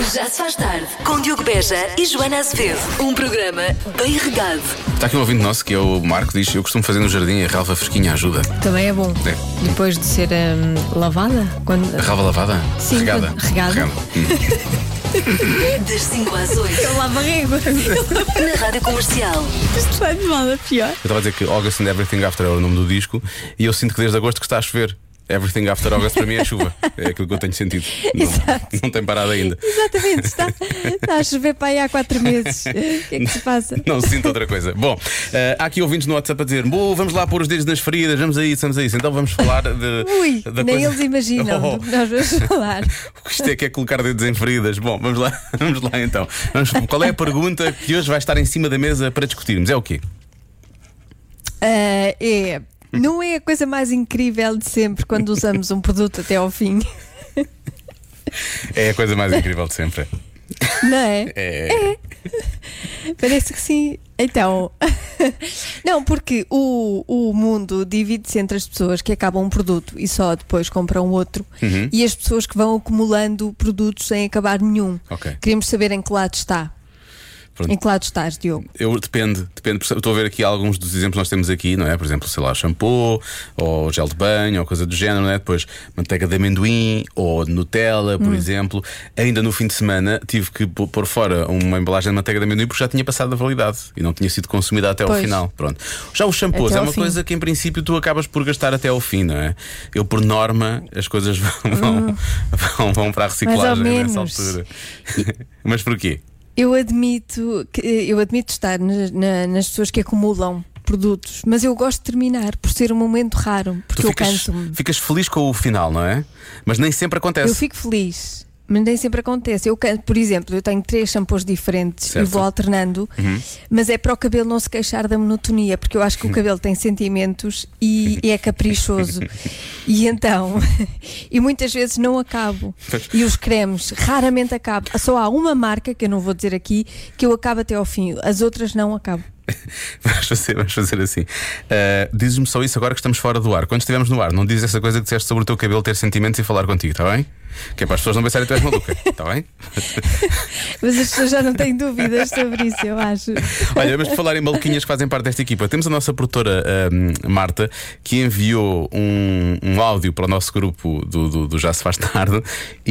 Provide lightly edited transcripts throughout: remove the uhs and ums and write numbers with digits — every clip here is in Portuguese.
Já se faz tarde com Diogo Beja e Joana Azevedo. Um programa bem regado. Está aqui um ouvinte nosso que é o Marco, diz: eu costumo fazer no jardim a relva fresquinha ajuda. Também é bom. É. Depois de ser lavada? A relva lavada? Sim, regada. regada. Das 5 às 8 Eu lavo a régua. na Rádio Comercial. Isto vai de mal a pior. Eu estava a dizer que August and Everything After é o nome do disco e eu sinto que desde agosto que está a chover. Everything After August para mim é chuva. É aquilo que eu tenho sentido. Não tem parado ainda. Exatamente, está a chover para aí há 4 meses. O que é que se passa? Não sinto outra coisa. Bom, há aqui ouvintes no WhatsApp a dizer: vamos lá pôr os dedos nas feridas, vamos a isso. Então vamos falar Ui, da nem coisa... eles imaginam do que nós vamos falar. O que isto é que é colocar dedos em feridas. Bom, vamos lá então. Qual é a pergunta que hoje vai estar em cima da mesa para discutirmos? É o quê? Não é a coisa mais incrível de sempre quando usamos um produto até ao fim? É a coisa mais incrível de sempre. Não é? É. Parece que sim. Então, não, porque o mundo divide-se entre as pessoas que acabam um produto e só depois compram outro, e as pessoas que vão acumulando produtos sem acabar nenhum. Ok. Queremos saber em que lado está. Pronto. Em que lado estás, Diogo? Depende. Estou a ver aqui alguns dos exemplos que nós temos aqui, não é? Por exemplo, sei lá, shampoo, ou gel de banho, ou coisa do género, não é? Depois manteiga de amendoim, ou Nutella, por exemplo. Ainda no fim de semana tive que pôr fora uma embalagem de manteiga de amendoim porque já tinha passado a validade e não tinha sido consumida até ao final. Pronto. Já os shampoos é uma coisa que em princípio tu acabas por gastar até ao fim, não é? Eu, por norma, as coisas vão para a reciclagem nessa altura. Mas porquê? Eu admito estar nas pessoas que acumulam produtos, mas eu gosto de terminar por ser um momento raro, porque eu canso-me. Ficas feliz com o final, não é? Mas nem sempre acontece. Eu fico feliz, mas nem sempre acontece. Por exemplo, eu tenho 3 shampoos diferentes, certo, e vou alternando, mas é para o cabelo não se queixar da monotonia, porque eu acho que o cabelo tem sentimentos e é caprichoso. E então, e muitas vezes não acabo. E os cremes raramente acabo. Só há uma marca, que eu não vou dizer aqui, que eu acabo até ao fim. As outras não acabo. Vamos fazer assim. Dizes-me só isso agora que estamos fora do ar. Quando estivermos no ar, não dizes essa coisa que disseste sobre o teu cabelo ter sentimentos e falar contigo, está bem? Que é para as pessoas não pensarem que tu és maluca, está bem? Mas as pessoas já não têm dúvidas sobre isso, eu acho. Olha, mas por falar em maluquinhas que fazem parte desta equipa, temos a nossa produtora Marta, que enviou um áudio para o nosso grupo do Já Se Faz Tarde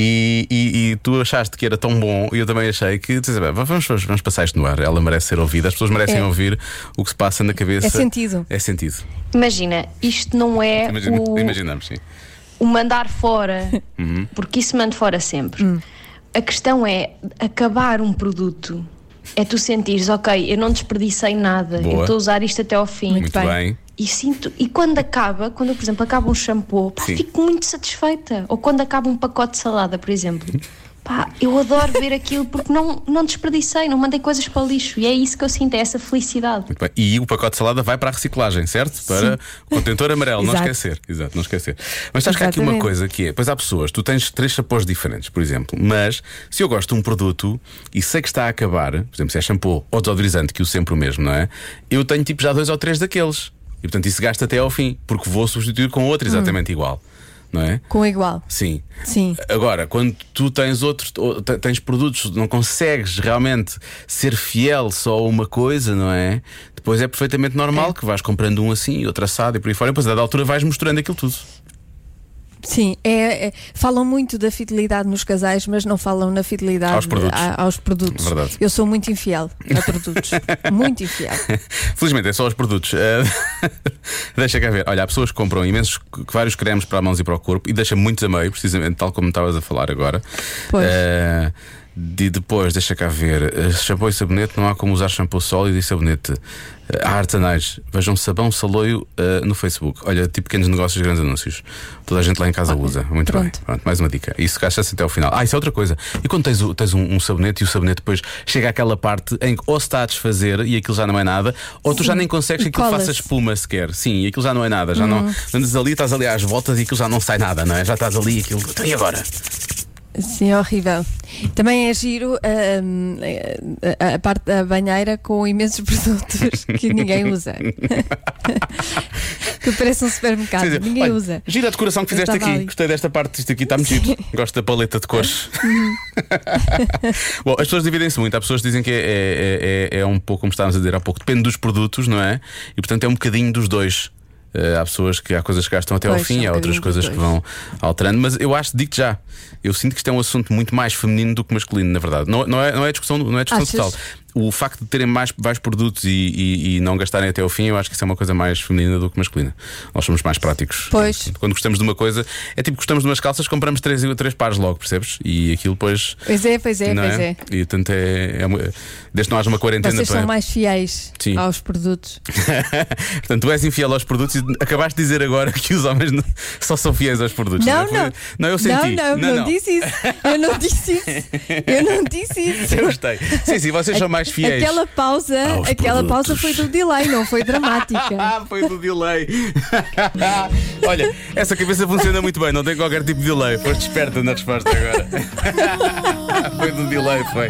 e tu achaste que era tão bom e eu também achei que vamos passar isto no ar. Ela merece ser ouvida, as pessoas merecem ouvir o que se passa na cabeça. É sentido. É sentido. Imagina, isto não é Imaginamos, sim. o mandar fora, porque isso manda fora sempre. A questão é acabar um produto. É tu sentires, ok, eu não desperdicei nada. Boa. Eu estou a usar isto até ao fim. Muito bem. E quando eu, por exemplo, acabo um shampoo, fico muito satisfeita. Ou quando acaba um pacote de salada, por exemplo. Eu adoro ver aquilo porque não desperdicei, não mandei coisas para o lixo. E é isso que eu sinto, é essa felicidade. Muito bem. E o pacote de salada vai para a reciclagem, certo? Para o contentor amarelo, não esquecer. Exato, não esquecer. Mas sabes que há aqui uma coisa que é: pois há pessoas, tu tens 3 shampoos diferentes, por exemplo, mas se eu gosto de um produto e sei que está a acabar, por exemplo, se é shampoo ou desodorizante, que uso sempre o mesmo, não é? Eu tenho tipo já 2 ou 3 daqueles. E portanto isso gasta até ao fim, porque vou substituir com outro exatamente igual. Não é? Com igual. Sim. Sim. Agora, quando tu tens tens produtos, não consegues realmente ser fiel só a uma coisa, não é? Depois é perfeitamente normal que vais comprando um assim, outro assado e por aí fora, e depois a dada altura vais misturando aquilo tudo. Sim, falam muito da fidelidade nos casais, mas não falam na fidelidade aos produtos. Verdade. Eu sou muito infiel a produtos. Muito infiel. Felizmente é só aos produtos. Deixa cá ver. Olha, há pessoas que compram vários cremes para as mãos e para o corpo e deixam muitos a meio, precisamente tal como estavas a falar agora. Pois. Depois, deixa cá ver, shampoo e sabonete, não há como usar shampoo sólido e sabonete. Há artesanais, vejam Sabão Saloio no Facebook. Olha, tipo pequenos negócios, grandes anúncios. Toda a gente lá em casa usa. Muito bem. Pronto, mais uma dica. Isso gasta-se até ao final. Isso é outra coisa. E quando tens um sabonete e o sabonete depois chega àquela parte em que ou se está a desfazer e aquilo já não é nada, ou tu já nem consegues que aquilo faça espuma sequer. Sim, e aquilo já não é nada. Já não andas ali, estás ali às voltas e aquilo já não sai nada, não é? Já estás ali e aquilo. Então e agora? Sim, é horrível. Também é giro a parte da banheira com imensos produtos que ninguém usa. Que parece um supermercado, Sim, ninguém olha, usa. Gira a decoração que fizeste aqui. Ali. Gostei desta parte, isto aqui está muito giro. Gosto da paleta de cores. Bom, as pessoas dividem-se muito. Há pessoas que dizem que é um pouco, como estávamos a dizer há pouco, depende dos produtos, não é? E portanto é um bocadinho dos dois. Há pessoas que há coisas que gastam até ao fim, há outras coisas que vão alterando, mas eu acho, digo-te já, eu sinto que isto é um assunto muito mais feminino do que masculino, na verdade. Não é discussão total. O facto de terem mais produtos e não gastarem até ao fim, eu acho que isso é uma coisa mais feminina do que masculina. Nós somos mais práticos. Pois. Quando gostamos de uma coisa, é tipo gostamos de umas calças, compramos três pares logo, percebes? E aquilo depois. Pois é. E portanto desde que não haja uma quarentena. Vocês são mais fiéis aos produtos. Portanto, tu és infiel aos produtos e acabaste de dizer agora que os homens só são fiéis aos produtos. Não, eu senti. Não disse isso. Eu não disse isso. Eu gostei. Sim, vocês são mais fiéis. Aquela pausa foi do delay, não foi dramática. Foi do delay. Olha, essa cabeça funciona muito bem, não tem qualquer tipo de delay. Foste esperta na resposta agora. Foi do delay, foi.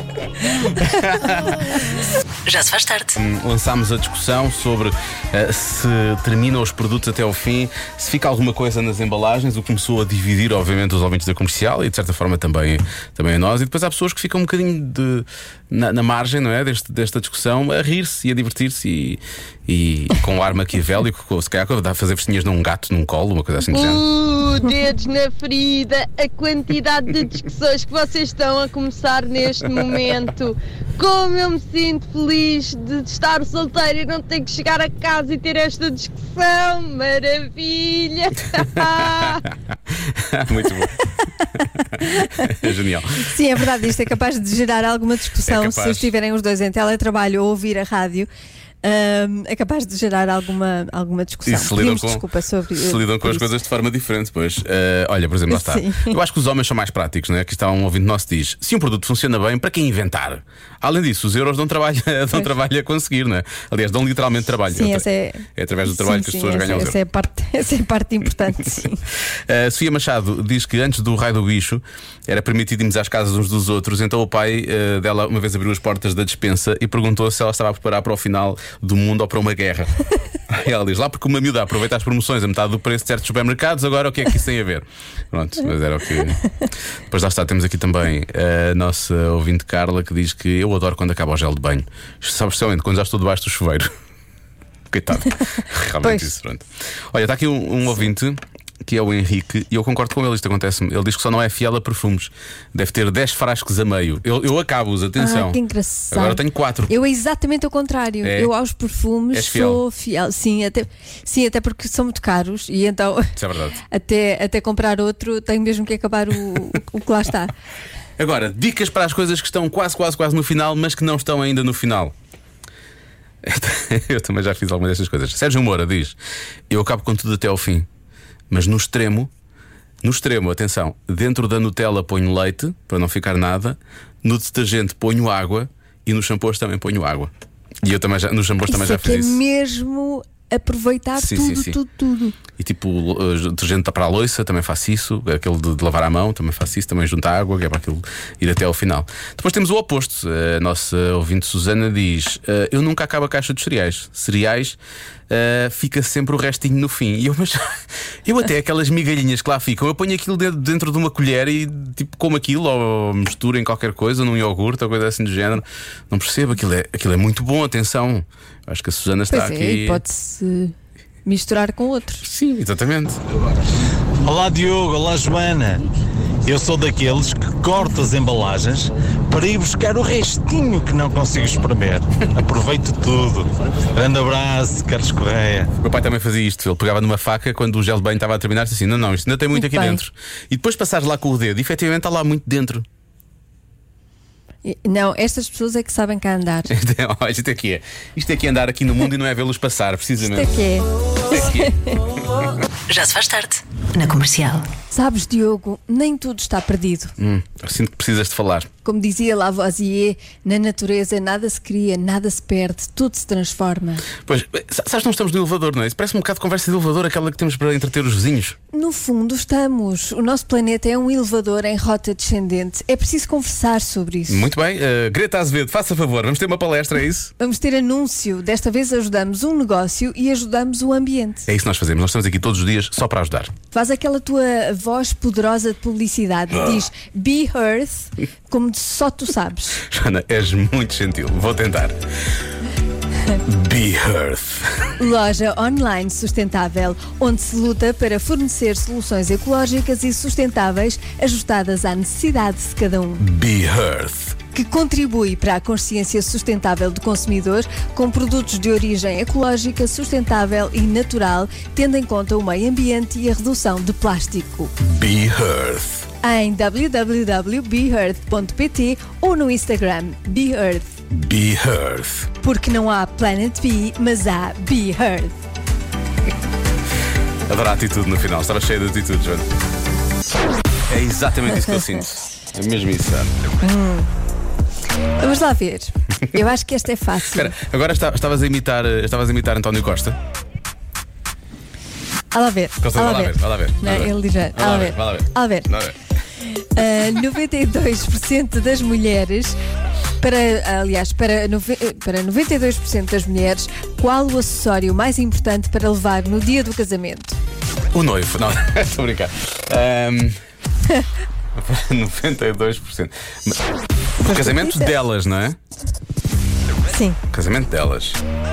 Já se faz tarde. Lançámos a discussão sobre se terminam os produtos até ao fim, se fica alguma coisa nas embalagens, o que começou a dividir, obviamente, os ouvintes da comercial e de certa forma também a nós. E depois há pessoas que ficam um bocadinho na margem, não é? Desta discussão, a rir-se e a divertir-se e com um ar maquiavélico, se calhar a fazer festinhas num gato, num colo, uma coisa assim do género. Dedos na ferida, a quantidade de discussões que vocês estão a começar neste momento. Como eu me sinto feliz de estar solteira e não ter que chegar a casa e ter esta discussão. Maravilha! Muito bom. É genial. Sim, é verdade, isto é capaz de gerar alguma discussão se estiverem os dois em teletrabalho ou ouvir a rádio. É capaz de gerar alguma discussão. E se lidam com as coisas de forma diferente, pois. Olha, por exemplo, lá está. Sim. Eu acho que os homens são mais práticos, não é? Aqui está um ouvinte nosso que diz: se um produto funciona bem, para quem inventar? Além disso, os euros dão trabalho a conseguir, não é? Aliás, dão literalmente trabalho. Sim, é através do trabalho que as pessoas ganham os euros. Essa é a parte importante, sim. Sofia Machado diz que antes do raio do bicho era permitido irmos às casas uns dos outros. Então o pai dela uma vez abriu as portas da despensa e perguntou se ela estava a preparar para o final do mundo ou para uma guerra. E ela diz: lá porque uma miúda aproveita as promoções a metade do preço de certos supermercados, agora o que é que isso tem a ver? Pronto, mas era o que. Depois lá está, temos aqui também a nossa ouvinte Carla que diz que eu adoro quando acaba o gel de banho, especialmente quando já estou debaixo do chuveiro. Coitado. Realmente isso, pronto. Olha, está aqui um ouvinte que é o Henrique, e eu concordo com ele, isto acontece-me. Ele diz que só não é fiel a perfumes. Deve ter 10 frascos a meio. Eu acabo-os, atenção. Que engraçado. Agora tenho 4. Eu é exatamente o contrário. Eu aos perfumes sou fiel. Sim, até porque são muito caros e então isso é verdade. até comprar outro tenho mesmo que acabar o que lá está. Agora, dicas para as coisas que estão quase no final, mas que não estão ainda no final. Eu também já fiz algumas destas coisas. Sérgio Moura diz: eu acabo com tudo até ao fim, mas no extremo, atenção, dentro da Nutella ponho leite para não ficar nada, no detergente ponho água e nos shampoos também ponho água. E eu também nos shampoos também já fiz isso. É mesmo aproveitar tudo. E tipo, detergente para a louça, também faço isso. Aquele de lavar a mão, também faço isso. Também junto à água, que é para aquilo ir até ao final. Depois temos o oposto. A nossa ouvinte Susana diz: eu nunca acabo a caixa de cereais, fica sempre o restinho no fim. E eu até aquelas migalhinhas que lá ficam, eu ponho aquilo dentro de uma colher e tipo como aquilo, ou misturo em qualquer coisa, num iogurte ou coisa assim do género. Não percebo, aquilo é muito bom, atenção. Acho que a Susana está aqui. E pode-se misturar com outros. Sim, exatamente. Olá Diogo, olá Joana. Eu sou daqueles que corto as embalagens para ir buscar o restinho que não consigo espremer. Aproveito tudo. Grande abraço, Carlos Correia. O meu pai também fazia isto. Ele pegava numa faca quando o gel de banho estava a terminar, disse assim: não, isto ainda tem muito aqui dentro. E depois passares lá com o dedo, efetivamente está lá muito dentro. Não, estas pessoas é que sabem cá andar. Olha, isto aqui é andar aqui no mundo e não é vê-los passar, precisamente. Isto é que é. Já se faz tarde na Comercial. Sabes, Diogo, nem tudo está perdido. Eu sinto que precisas de falar. Como dizia Lavoisier, na natureza nada se cria, nada se perde, tudo se transforma. Pois, sabes, não estamos no elevador, não é? Isso parece um bocado de conversa de elevador, aquela que temos para entreter os vizinhos. No fundo, estamos. O nosso planeta é um elevador em rota descendente. É preciso conversar sobre isso. Muito bem. Greta Azevedo, faça favor, vamos ter uma palestra, é isso? Vamos ter anúncio. Desta vez ajudamos um negócio e ajudamos o ambiente. É isso que nós fazemos. Nós estamos aqui todos os dias só para ajudar. Faz aquela tua voz poderosa de publicidade. Diz Be Earth, como só tu sabes. Joana, és muito gentil. Vou tentar. Be Earth. Loja online sustentável, onde se luta para fornecer soluções ecológicas e sustentáveis ajustadas à necessidade de cada um. Be Earth. Que contribui para a consciência sustentável do consumidor com produtos de origem ecológica, sustentável e natural, tendo em conta o meio ambiente e a redução de plástico. Be Earth. Em www.beearth.pt ou no Instagram Be Earth. Be Earth. Porque não há Planet B, mas há Be Earth. Adoro a atitude no final. Estava cheia de atitude, Joana. É exatamente isso que eu sinto. É mesmo isso, sabe? Vamos lá ver. Eu acho que esta é fácil. Espera, agora estavas a imitar António Costa. Vai lá ver. Vai lá ver. Não, ele diz vai lá ver. Vai lá ver. 92% das mulheres, para 92% das mulheres, qual o acessório mais importante para levar no dia do casamento? O noivo. Não, estou a brincar. 92%. O casamento delas, não é? Sim. O casamento delas.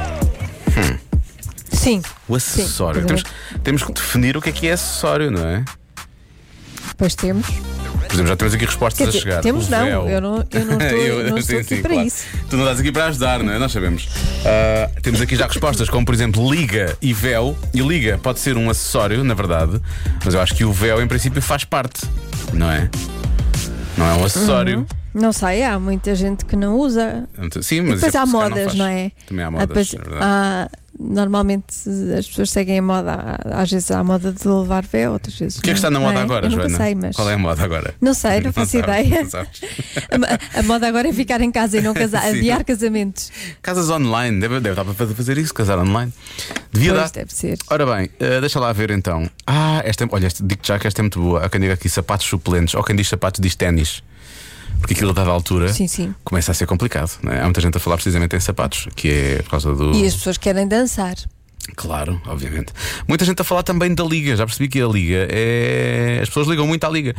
Sim. O acessório. Sim. Temos que definir o que é acessório, não é? Pois temos. Por exemplo, já temos aqui respostas a chegar. Temos, não. Eu não estou aqui para claro. isso. Tu não estás aqui para ajudar, não é? Nós sabemos. Temos aqui já respostas como, por exemplo, liga e véu. E liga pode ser um acessório, na verdade, mas eu acho que o véu, em princípio, faz parte, não é? Não é um acessório. Não sei, há muita gente que não usa. Sim, mas depois há modas, não é? Também há modas. Depois, normalmente as pessoas seguem a moda. Às vezes há a moda de levar véu, outras vezes. O que é que está na moda agora, Joana? Não sei, mas... Qual é a moda agora? Não sei, não faço ideia. Não sabes. A moda agora é ficar em casa e não casar, adiar casamentos. Casas online, deve dar para fazer isso, casar online. Devia Pois, dar. deve ser. Ora bem, deixa lá ver então. Digo-te já que esta é muito boa. Há quem diga aqui sapatos suplentes, ou quem diz sapatos diz ténis. Porque aquilo a dada altura começa a ser complicado, não é? Há muita gente a falar precisamente em sapatos, que é por causa do. E as pessoas querem dançar. Claro, obviamente. Muita gente a falar também da Liga. Já percebi que a Liga é. As pessoas ligam muito à Liga.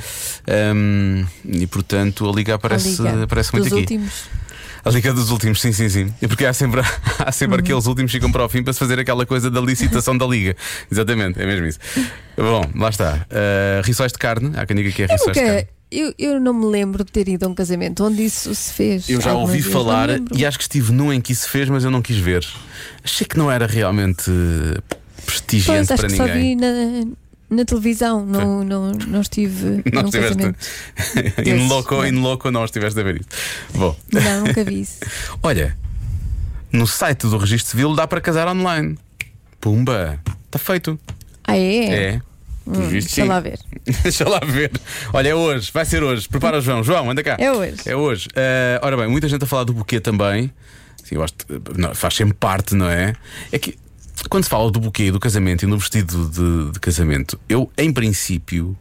E portanto a Liga aparece muito aqui. Últimos. A Liga dos últimos, sim. E porque há sempre aqueles últimos que ficam para o fim para se fazer aquela coisa da licitação da Liga. Exatamente, é mesmo isso. Bom, lá está. Rissóis de carne. Há quem diga que é rissóis de carne. Eu não me lembro de ter ido a um casamento onde isso se fez. Eu já ouvi falar e acho que estive num em que isso se fez, mas eu não quis ver. Achei que não era realmente prestigiante para ninguém. Só vi na televisão, não estive num casamento. In loco não estiveste a ver isso. Bom. Não, nunca vi isso. Olha, no site do Registro Civil dá para casar online. Pumba, está feito. Ah, é? É. Deixa lá ver. Deixa lá ver. Olha, é hoje, vai ser hoje. Prepara o João. João, anda cá. É hoje. É hoje. Ora bem, muita gente a falar do buquê também. Sim, eu acho que faz sempre parte, não é? É que quando se fala do buquê, do casamento e no vestido de casamento, em princípio,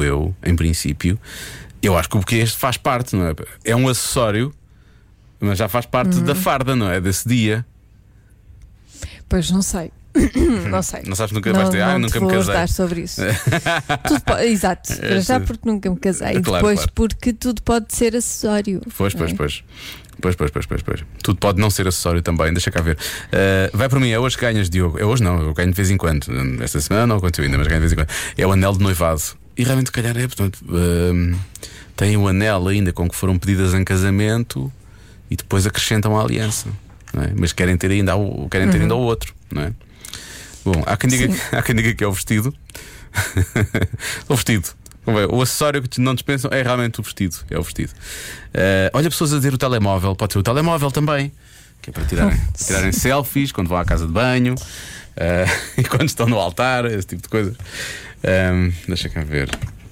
eu acho que o buquê faz parte, não é? É um acessório, mas já faz parte da farda, não é? Desse dia. Pois não sei. Não sei. Não sabes nunca vais ter. Nunca me casei. Falar sobre isso. Exato. Para já porque nunca me casei. E Claro, depois claro. porque tudo pode ser acessório. Pois. Tudo pode não ser acessório também. Deixa cá ver. Vai por mim, é hoje que ganhas, Diogo. É hoje não, eu ganho de vez em quando. Esta semana não aconteceu ainda, mas ganho de vez em quando. É o anel de noivado. E realmente, se calhar, portanto, tem o anel ainda com que foram pedidas em casamento e depois acrescentam a aliança, não é? Mas querem ter ainda o outro, não é? Bom, há quem diga que é o vestido. O vestido. O acessório que não dispensam é realmente o vestido. É o vestido. Olha, pessoas a dizer o telemóvel. Pode ser o telemóvel também, que é para tirarem selfies quando vão à casa de banho e quando estão no altar, esse tipo de coisas. Deixa cá ver.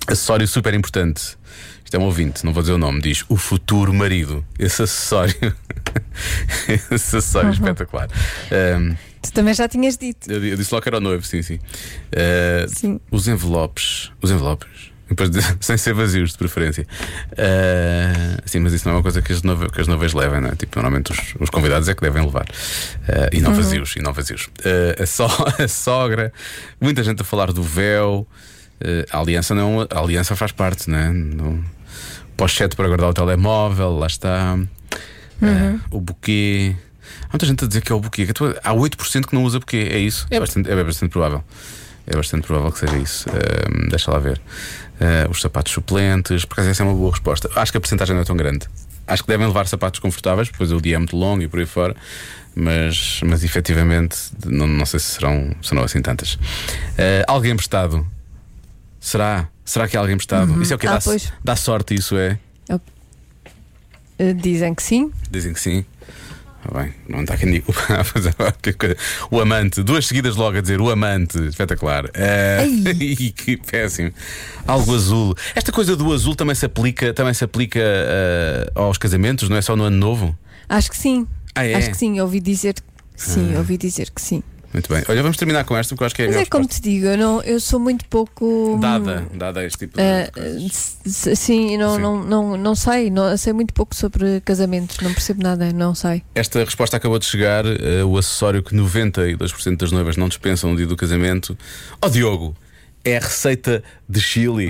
Acessório super importante. Isto é um ouvinte, não vou dizer o nome. Diz o futuro marido. Esse acessório. Esse acessório espetacular. Tu também já tinhas dito. Eu disse logo que era o noivo, sim. Sim. Os envelopes. Depois sem ser vazios, de preferência. Sim, mas isso não é uma coisa que as noivas levem, não é? Tipo, normalmente os convidados é que devem levar. E não vazios. A sogra. Muita gente a falar do véu. A aliança não. A aliança faz parte, não é? Pochete para guardar o telemóvel, lá está. O buquê. Há muita gente a dizer que é o buquê. Há 8% que não usa buquê, é isso? É bastante provável. É bastante provável que seja isso. Deixa lá ver. Os sapatos suplentes. Por acaso essa é uma boa resposta. Acho que a porcentagem não é tão grande. Acho que devem levar sapatos confortáveis, depois o dia é muito longo e por aí fora. Mas efetivamente não sei se serão assim tantas. Alguém emprestado. Será que é alguém emprestado? Isso é o que dá sorte, isso é? Dizem que sim. Dizem que sim. Bem, não está quem diga. O amante, 2 seguidas logo a dizer o amante, espetacular. Que péssimo. Algo azul. Esta coisa do azul também se aplica aos casamentos, não é só no ano novo? Acho que sim. É? Acho que sim, ouvi dizer que sim. Muito bem. Olha, vamos terminar com esta porque eu acho que é a Mas melhor como te digo, eu sou muito pouco dada a este tipo de coisas. Sim, não sei. Sei muito pouco sobre casamentos, não percebo nada, não sei. Esta resposta acabou de chegar. O acessório que 92% das noivas não dispensam no dia do casamento. Diogo, é a receita de chili.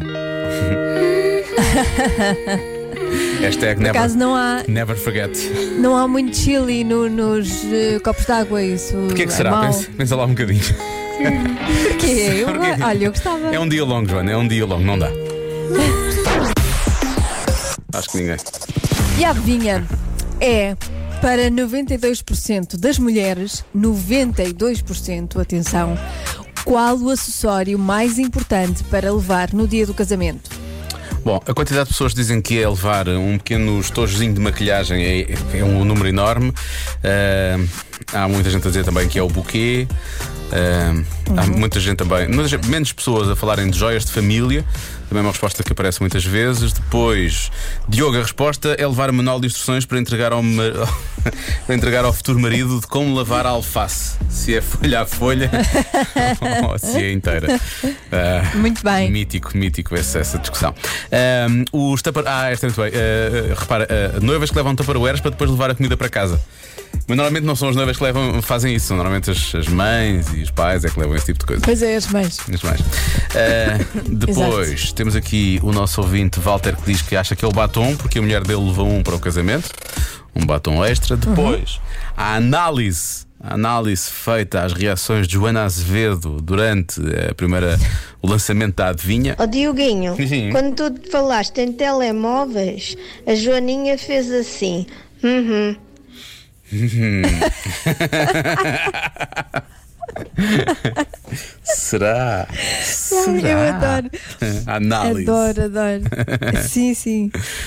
Hashtag never forget. Não há muito chili nos copos de água, isso. Porquê que será? Pensa lá um bocadinho. Porquê? Olha, eu gostava. É um dia longo, Joana, não dá. Acho que ninguém. E a adivinha é para 92% das mulheres, 92%, atenção, qual o acessório mais importante para levar no dia do casamento? Bom, a quantidade de pessoas que dizem que é levar um pequeno estojozinho de maquilhagem é um número enorme. Há muita gente a dizer também que é o buquê. Há muita gente também, menos pessoas a falarem de joias de família. Também é uma resposta que aparece muitas vezes. Depois, Diogo, a resposta é levar o manual de instruções para entregar ao futuro marido de como lavar a alface. Se é folha a folha ou se é inteira. Muito bem. Mítico essa discussão. Esta é muito bem. Repara, noivas que levam tupperwares para depois levar a comida para casa. Mas normalmente não são as noivas que fazem isso. São normalmente as mães e os pais é que levam esse tipo de coisa. Pois é, as mães. Depois temos aqui o nosso ouvinte Walter, que diz que acha que é o batom, porque a mulher dele levou um para o casamento, um batom extra. Depois a análise feita às reações de Joana Azevedo durante o lançamento da adivinha. Dioguinho, Sim. Quando tu falaste em telemóveis, a Joaninha fez assim. Será? Eu adoro. Análise. Adoro. Sim.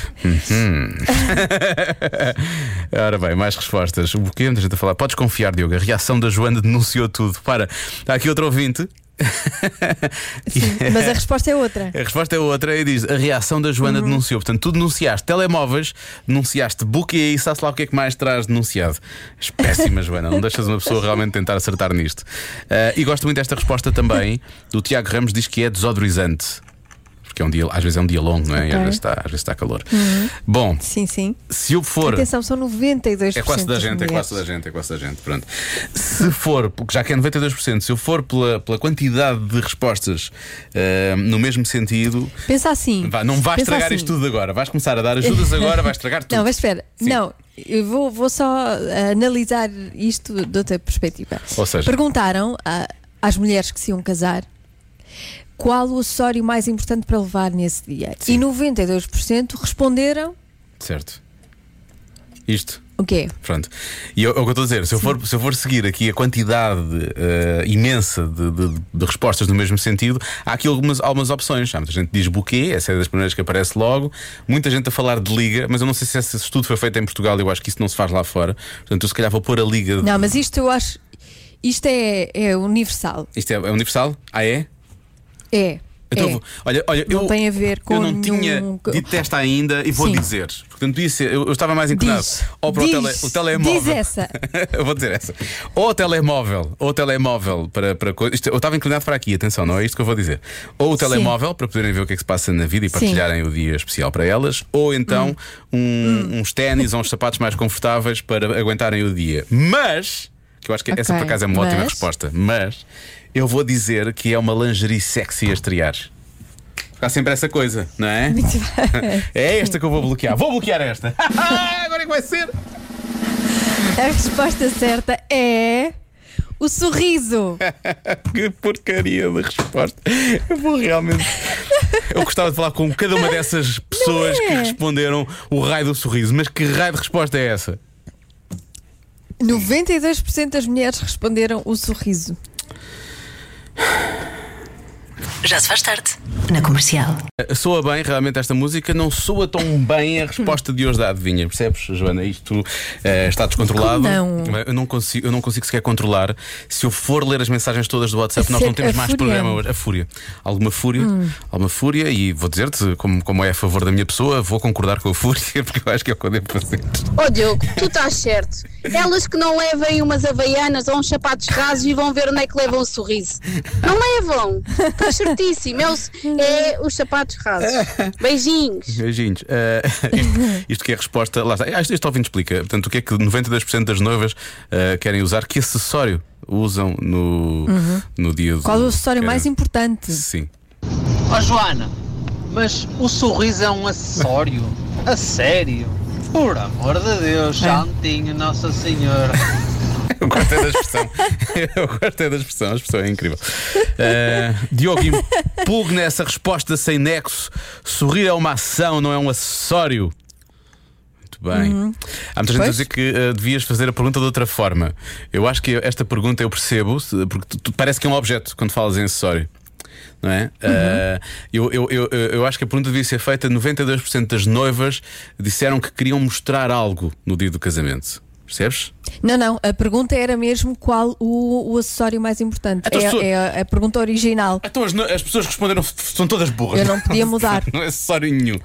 Ora bem, mais respostas. O que muita gente a falar? Podes confiar, Diogo. A reação da Joana denunciou tudo. Está aqui outro ouvinte. Sim, mas a resposta é outra. A resposta é outra e diz: a reação da Joana denunciou. Portanto, tu denunciaste telemóveis, denunciaste buquê e sabe-se lá o que é que mais terás denunciado. Péssima, Joana, não deixas uma pessoa realmente tentar acertar nisto. E gosto muito desta resposta também do Tiago Ramos, diz que é desodorizante. Porque às vezes é um dia longo, não é? Okay. E às vezes está calor. Bom, sim. Se eu for. Atenção, são 92%. É quase toda a gente, pronto. Se for, porque já que é 92%, se eu for pela quantidade de respostas no mesmo sentido. Pensa assim. Não vais estragar assim. isto tudo agora. Vais começar a dar ajudas agora, vais estragar tudo. Não, mas espera. Sim. Não, eu vou só analisar isto de outra perspectiva. Ou seja, perguntaram às mulheres que se iam casar qual o acessório mais importante para levar nesse dia. Sim. E 92% responderam. Certo. Isto. O quê? Pronto. E é o que eu estou a dizer. Se eu for seguir aqui a quantidade imensa de respostas no mesmo sentido, há aqui algumas opções. Muita gente diz buquê, essa é das primeiras que aparece logo. Muita gente a falar de liga, mas eu não sei se esse estudo foi feito em Portugal. Eu acho que isso não se faz lá fora. Portanto, eu se calhar vou pôr a liga. Não, mas isto eu acho. Isto é universal. Isto é universal? Ah, é? É. Então, olha, não tem a ver com eu não tinha dito esta ainda e vou dizer. Portanto, eu estava mais inclinado ou para o telemóvel. Diz essa. Eu vou dizer essa. Ou o telemóvel para eu estava inclinado para aqui, atenção, não é isto que eu vou dizer. Ou o telemóvel para poderem ver o que é que se passa na vida e partilharem o dia especial para elas, ou então uns ténis ou uns sapatos mais confortáveis para aguentarem o dia. Mas, que eu acho que essa por acaso é uma ótima resposta, mas eu vou dizer que é uma lingerie sexy a estrear. Há sempre essa coisa, não é? É esta que eu vou bloquear. Vou bloquear esta. Agora é que vai ser. A resposta certa é o sorriso. Que porcaria de resposta. Eu vou realmente. Eu gostava de falar com cada uma dessas pessoas que responderam o raio do sorriso. Mas que raio de resposta é essa? 92% das mulheres responderam o sorriso. Já se faz tarde, na Comercial. Soa bem, realmente esta música não soa tão bem a resposta de hoje da adivinha. Percebes, Joana? Isto está descontrolado. Não. Eu não consigo sequer controlar. Se eu for ler as mensagens todas do WhatsApp, nós não temos mais programa hoje. A fúria. Alguma fúria, e vou dizer-te, como é a favor da minha pessoa, vou concordar com a fúria, porque eu acho que é o que eu devo fazer. Diogo, tu estás certo. Elas que não levem umas havaianas ou uns sapatos rasos e vão ver onde é que levam o sorriso. Não levam. Estás certíssimo. É os sapatos rasos. Beijinhos. Isto que é a resposta. Lá está. Este ouvinte explica. Portanto, o que é que 92% das noivas querem usar? Que acessório usam no dia do. Qual é o acessório mais importante? Sim. Joana, mas o sorriso é um acessório? A sério? Por amor de Deus, Santinho, Nossa Senhora. Eu gostei da expressão. A expressão é incrível. Diogo, impugna essa resposta sem nexo. Sorrir é uma ação, não é um acessório. Muito bem. Há muita gente a dizer que devias fazer a pergunta de outra forma. Eu acho que esta pergunta eu percebo, porque parece que é um objeto quando falas em acessório. Não é? Eu acho que a pergunta devia ser feita. 92% das noivas disseram que queriam mostrar algo no dia do casamento. Percebes? Não, a pergunta era mesmo qual o acessório mais importante. É a pergunta original. Então as pessoas responderam, são todas burras. Eu não podia mudar. Não é acessório nenhum.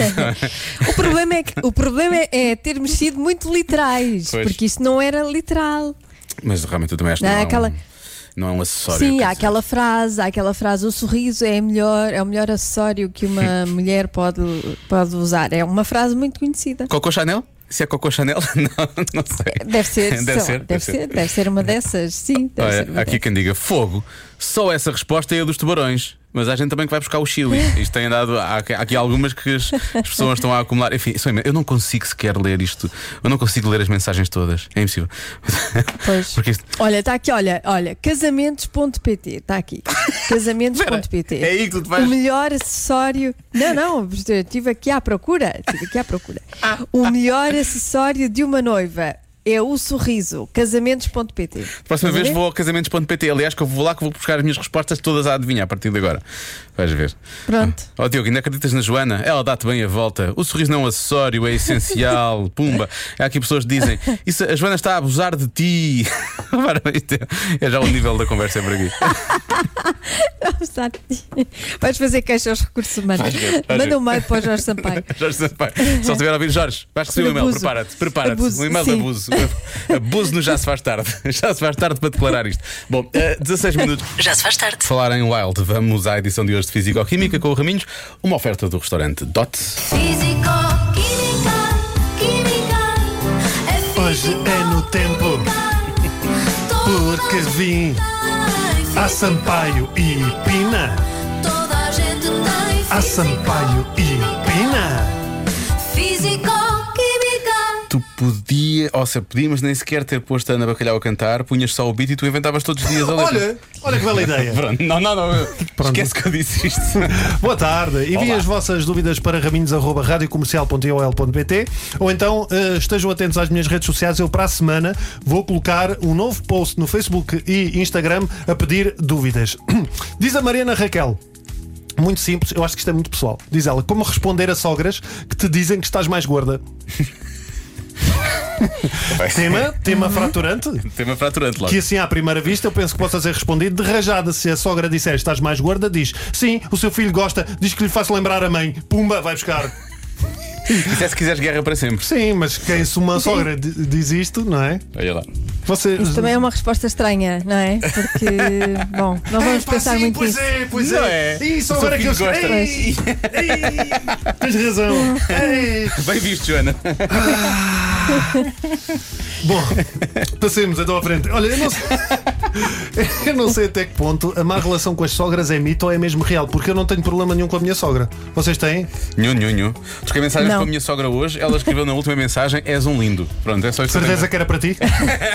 O problema é termos sido muito literais. Pois. Porque isso não era literal. Mas realmente eu também acho que não é um acessório. Sim, há aquela frase: o sorriso é o melhor acessório que uma mulher pode usar. É uma frase muito conhecida. Coco Chanel? Se é Coco Chanel? Não sei. Deve ser uma dessas. Sim, aqui quem diga fogo. Só essa resposta é a dos tubarões. Mas há gente também que vai buscar o chili. Isto tem andado. Há aqui algumas que as pessoas estão a acumular. Enfim, eu não consigo sequer ler isto. Eu não consigo ler as mensagens todas. É impossível. Pois. Olha, está aqui, olha, casamentos.pt. Está aqui. Casamentos.pt. É aí que tu te vais. O melhor acessório. Não, estive aqui à procura. O melhor acessório de uma noiva é o sorriso. Casamentos.pt. Próxima vez vou ao casamentos.pt. Aliás, que eu vou lá que vou buscar as minhas respostas todas a adivinhar a partir de agora. Vais ver. Pronto. Diogo, ainda acreditas na Joana? Ela dá-te bem a volta. O sorriso não é um acessório, é essencial. Pumba. Há aqui pessoas que dizem: isso, a Joana está a abusar de ti. É já o nível da conversa por aqui. Abusar de ti. Vais fazer queixa aos recursos humanos. Manda um mail para o Jorge Sampaio. Se estiver a ouvir, Jorge, vais receber um e-mail. Prepara-te. Um e-mail de abuso. Abuso no Já se faz tarde. Já se faz tarde para declarar isto. Bom, 16 minutos. Já se faz tarde. Falar em Wild, vamos à edição de hoje de Físico-Química com o Raminhos. Uma oferta do restaurante Dot. Hoje é no tempo, porque vim a Sampaio e Pina. A Sampaio e Pina. Tu podíamos nem sequer ter posto a Ana Bacalhau a cantar, punhas só o beat e tu inventavas todos os dias a letra. Olha que bela ideia. Pronto, não. Esquece que eu disse isto. Boa tarde. Enviem as vossas dúvidas para raminhos@radiocomercial.ol.pt ou então estejam atentos às minhas redes sociais. Eu para a semana vou colocar um novo post no Facebook e Instagram a pedir dúvidas. Diz a Mariana Raquel. Muito simples, eu acho que isto é muito pessoal. Diz ela: como responder a sogras que te dizem que estás mais gorda? Tema fraturante. Tema fraturante, logo. Que assim à primeira vista eu penso que possa ser respondido de rajada. Se a sogra disser estás mais gorda, diz sim, o seu filho gosta, diz que lhe faço lembrar a mãe. Pumba, vai buscar. Isso é se quiseres guerra para sempre. Sim, mas se uma sogra diz isto, não é? Olha lá. Isso também é uma resposta estranha, não é? Porque, bom, não vamos pensar muito nisso. Pois é. Isso agora que eu gosto. Tens razão. Bem visto, Joana. Bom, passemos então à frente. Olha, eu não sei até que ponto a má relação com as sogras é mito ou é mesmo real, porque eu não tenho problema nenhum com a minha sogra. Vocês têm? Nenhum. Troquei mensagens com a minha sogra hoje. Ela escreveu na última mensagem: és um lindo. Pronto, é só isso. Certeza que era para ti?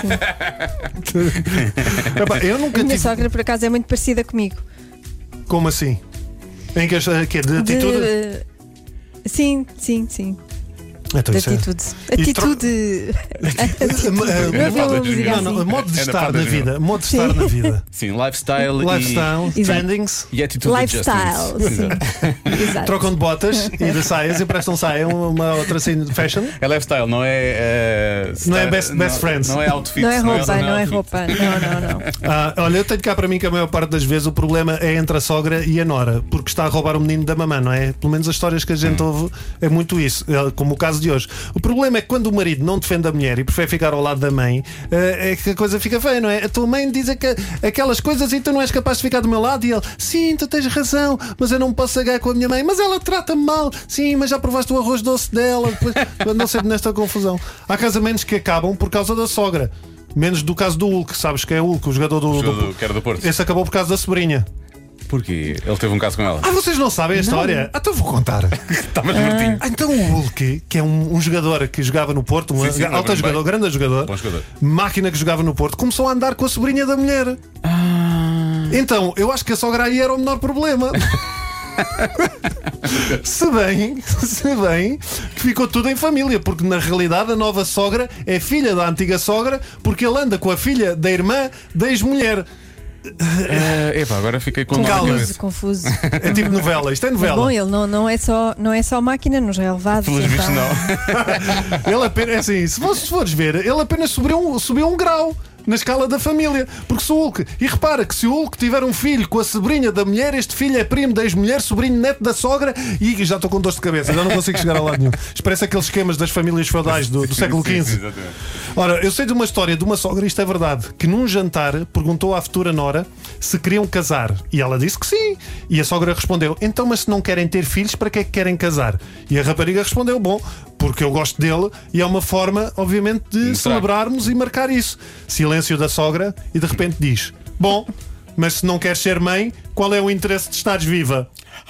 Eu nunca A minha sogra, por acaso, é muito parecida comigo. Como assim? Em que de atitude? Sim. Então, atitude. Modo de estar na vida. Modo de estar na vida. Sim, lifestyle, trendings e atitude. Lifestyle, sim. Exato. Trocam de botas e de saias e prestam saia uma outra assim de fashion. É lifestyle, não é. Não é best friends. Não é outfit. Não é roupa. Não. Olha, eu tenho cá para mim que a maior parte das vezes o problema é entre a sogra e a nora, porque está a roubar o menino da mamã, não é? Pelo menos as histórias que a gente ouve é muito isso, como o caso de hoje. O problema é que quando o marido não defende a mulher e prefere ficar ao lado da mãe, é que a coisa fica feia, não é? A tua mãe diz aquelas coisas e tu não és capaz de ficar do meu lado, e ele, sim, tu tens razão, mas eu não posso sagar com a minha mãe, mas ela trata-me mal, sim, mas já provaste o arroz doce dela. Depois, não sei nesta confusão. Há casamentos que acabam por causa da sogra, menos do caso do Hulk, sabes que é o Hulk, o jogador do que era do Porto. Esse acabou por causa da sobrinha. Porquê? Ele teve um caso com ela. Vocês não sabem a história? Então vou contar. Estavas mortinho. Então o Hulk, que é um jogador que jogava no Porto, alto jogador, grande jogador, bom jogador, máquina que jogava no Porto, começou a andar com a sobrinha da mulher. Então, eu acho que a sogra aí era o menor problema. Se bem que ficou tudo em família, porque na realidade a nova sogra é filha da antiga sogra, porque ele anda com a filha da irmã da ex-mulher. Agora fiquei com confuso. É tipo novela, isto é novela. Bom, ele não é só máquina, nos relevados. Pelos vistos, não. Ele apenas, assim, se fores ver, ele apenas subiu um grau na escala da família, porque se o Hulk, e repara que se o Hulk tiver um filho com a sobrinha da mulher, este filho é primo da ex-mulher, sobrinho neto da sogra, e já estou com dor de cabeça, já não consigo chegar a lado nenhum. Isto parece aqueles esquemas das famílias feudais do século XV. Sim, ora, eu sei de uma história de uma sogra, isto é verdade, que num jantar perguntou à futura nora se queriam casar, e ela disse que sim, e a sogra respondeu, então mas se não querem ter filhos, para que é que querem casar? E a rapariga respondeu, bom, porque eu gosto dele e é uma forma, obviamente, de celebrarmos e marcar isso. Silêncio da sogra e de repente diz: bom, mas se não queres ser mãe, qual é o interesse de estares viva?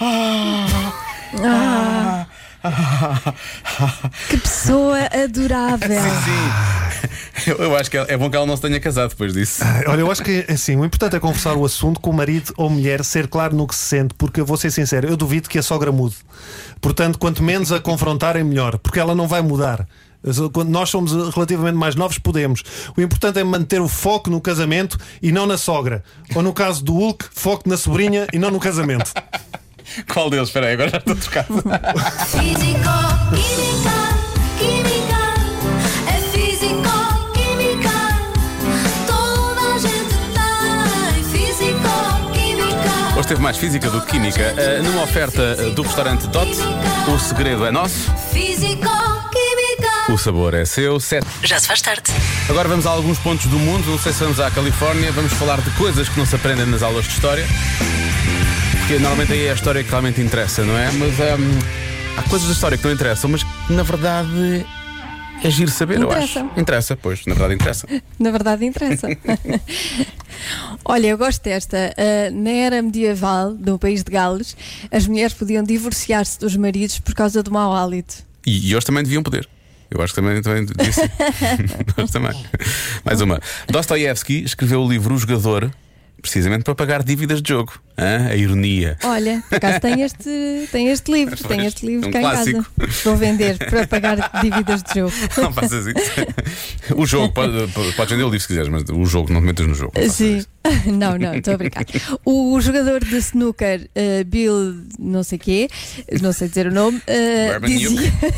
Que pessoa adorável. Sim. Eu acho que é bom que ela não se tenha casado depois disso. Olha, eu acho que assim, o importante é conversar o assunto com o marido ou mulher, ser claro no que se sente, porque eu vou ser sincero, eu duvido que a sogra mude. Portanto, quanto menos a confrontarem, melhor, porque ela não vai mudar. Quando nós somos relativamente mais novos, podemos. O importante é manter o foco no casamento e não na sogra. Ou no caso do Hulk, foco na sobrinha e não no casamento. Qual deles? Espera aí, agora já estou trocado. Físico, química, é físico, química. Toda a gente tem físico, química. Hoje teve mais física do que química. Numa oferta do restaurante Dot, o segredo é nosso. Físico, química. O sabor é seu. Já se faz tarde. Agora vamos a alguns pontos do mundo. Não sei se vamos à Califórnia. Vamos falar de coisas que não se aprendem nas aulas de história. Porque normalmente aí é a história que realmente interessa, não é? Mas há coisas da história que não interessam, mas que na verdade é giro saber, Interessa. eu acho. Interessa, pois, na verdade interessa. Na verdade interessa. Olha, eu gosto desta. Na era medieval, no país de Gales, as mulheres podiam divorciar-se dos maridos por causa do mau hálito. E hoje também deviam poder. Eu acho que também disse. Nós também. Mais uma. Dostoiévski escreveu o livro O Jogador precisamente para pagar dívidas de jogo. A ironia. Olha, por acaso tem este livro. Pois, tem este livro um cá clássico. em casa. Vou vender para pagar dívidas de jogo. Não faças isso. O jogo, podes vender o livro se quiseres, mas o jogo não te metas no jogo. Sim. Não, estou a brincar. O jogador de snooker, Bill não sei quê, não sei dizer o nome, dizia...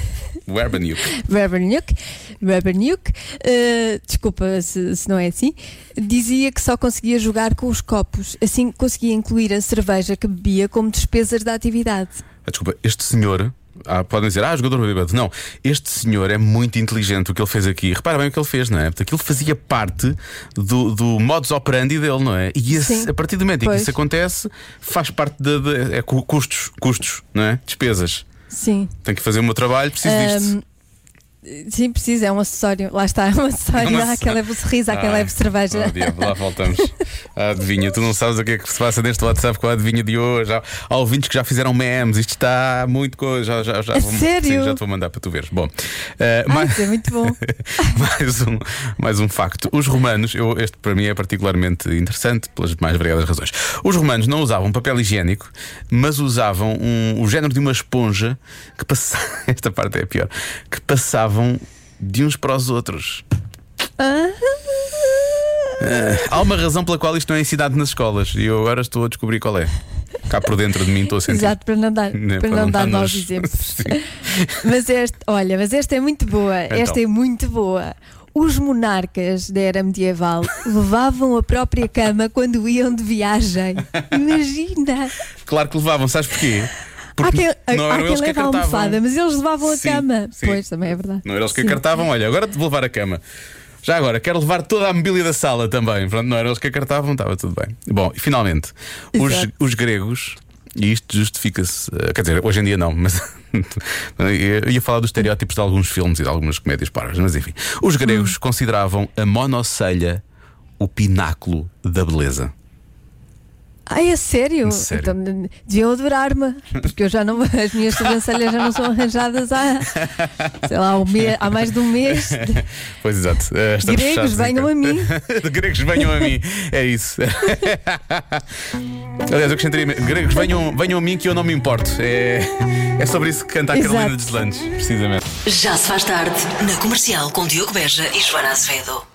Werbeniuk, desculpa se não é assim, dizia que só conseguia jogar com os copos, assim conseguia incluir a cerveja que bebia como despesas da atividade. Desculpa, este senhor... podem dizer, jogador bêbado. Não, este senhor é muito inteligente. O que ele fez aqui, repara bem o que ele fez, não é? Porque aquilo fazia parte do modus operandi dele, não é? E a partir do momento em que isso acontece, faz parte de custos, não é? Despesas. Sim. Tem que fazer o meu trabalho, preciso disto. Sim, precisa, é um acessório. Lá está, é um acessório. Há quem leve o sorriso, há quem leve cerveja. Lá voltamos. Adivinha, tu não sabes o que é que se passa neste WhatsApp com a adivinha de hoje. Há ouvintes que já fizeram memes. Isto está muito coisa. Sério? Sim, já te vou mandar para tu veres. Bom, isso é muito bom. mais um facto. Os romanos, este para mim é particularmente interessante pelas mais variadas razões. Os romanos não usavam papel higiênico, mas usavam o género de uma esponja que passava. Esta parte é a pior. Que passava de uns para os outros. Há uma razão pela qual isto não é ensinado nas escolas e eu agora estou a descobrir qual é. Cá por dentro de mim estou a sentir. Exato, para não dar maus exemplos. Mas esta é muito boa. Então. Esta é muito boa. Os monarcas da era medieval levavam a própria cama quando iam de viagem. Imagina! Claro que levavam, sabes porquê? Porque não eram eles que leva a almofada, mas eles levavam a cama. Sim. Pois, também é verdade. Não eram eles que acartavam, olha, agora te vou levar a cama. Já agora, quero levar toda a mobília da sala também. Pronto, não eram eles que acartavam, estava tudo bem. Bom, e finalmente, os gregos, e isto justifica-se, quer dizer, hoje em dia não, mas eu ia falar dos estereótipos de alguns filmes e de algumas comédias parvas, mas enfim. Os gregos consideravam a monocelha o pináculo da beleza. É sério? Sério? Então, deviam adorar-me, porque eu já não, as minhas sobrancelhas já não são arranjadas há mais de um mês. Pois exato. Gregos, venham a mim. Gregos, venham a mim. É isso. Aliás, eu acrescentaria: gregos, venham a mim que eu não me importo. É sobre isso que canta a Carolina Deslandes, precisamente. Já se faz tarde na Comercial com Diogo Beja e Joana Azevedo.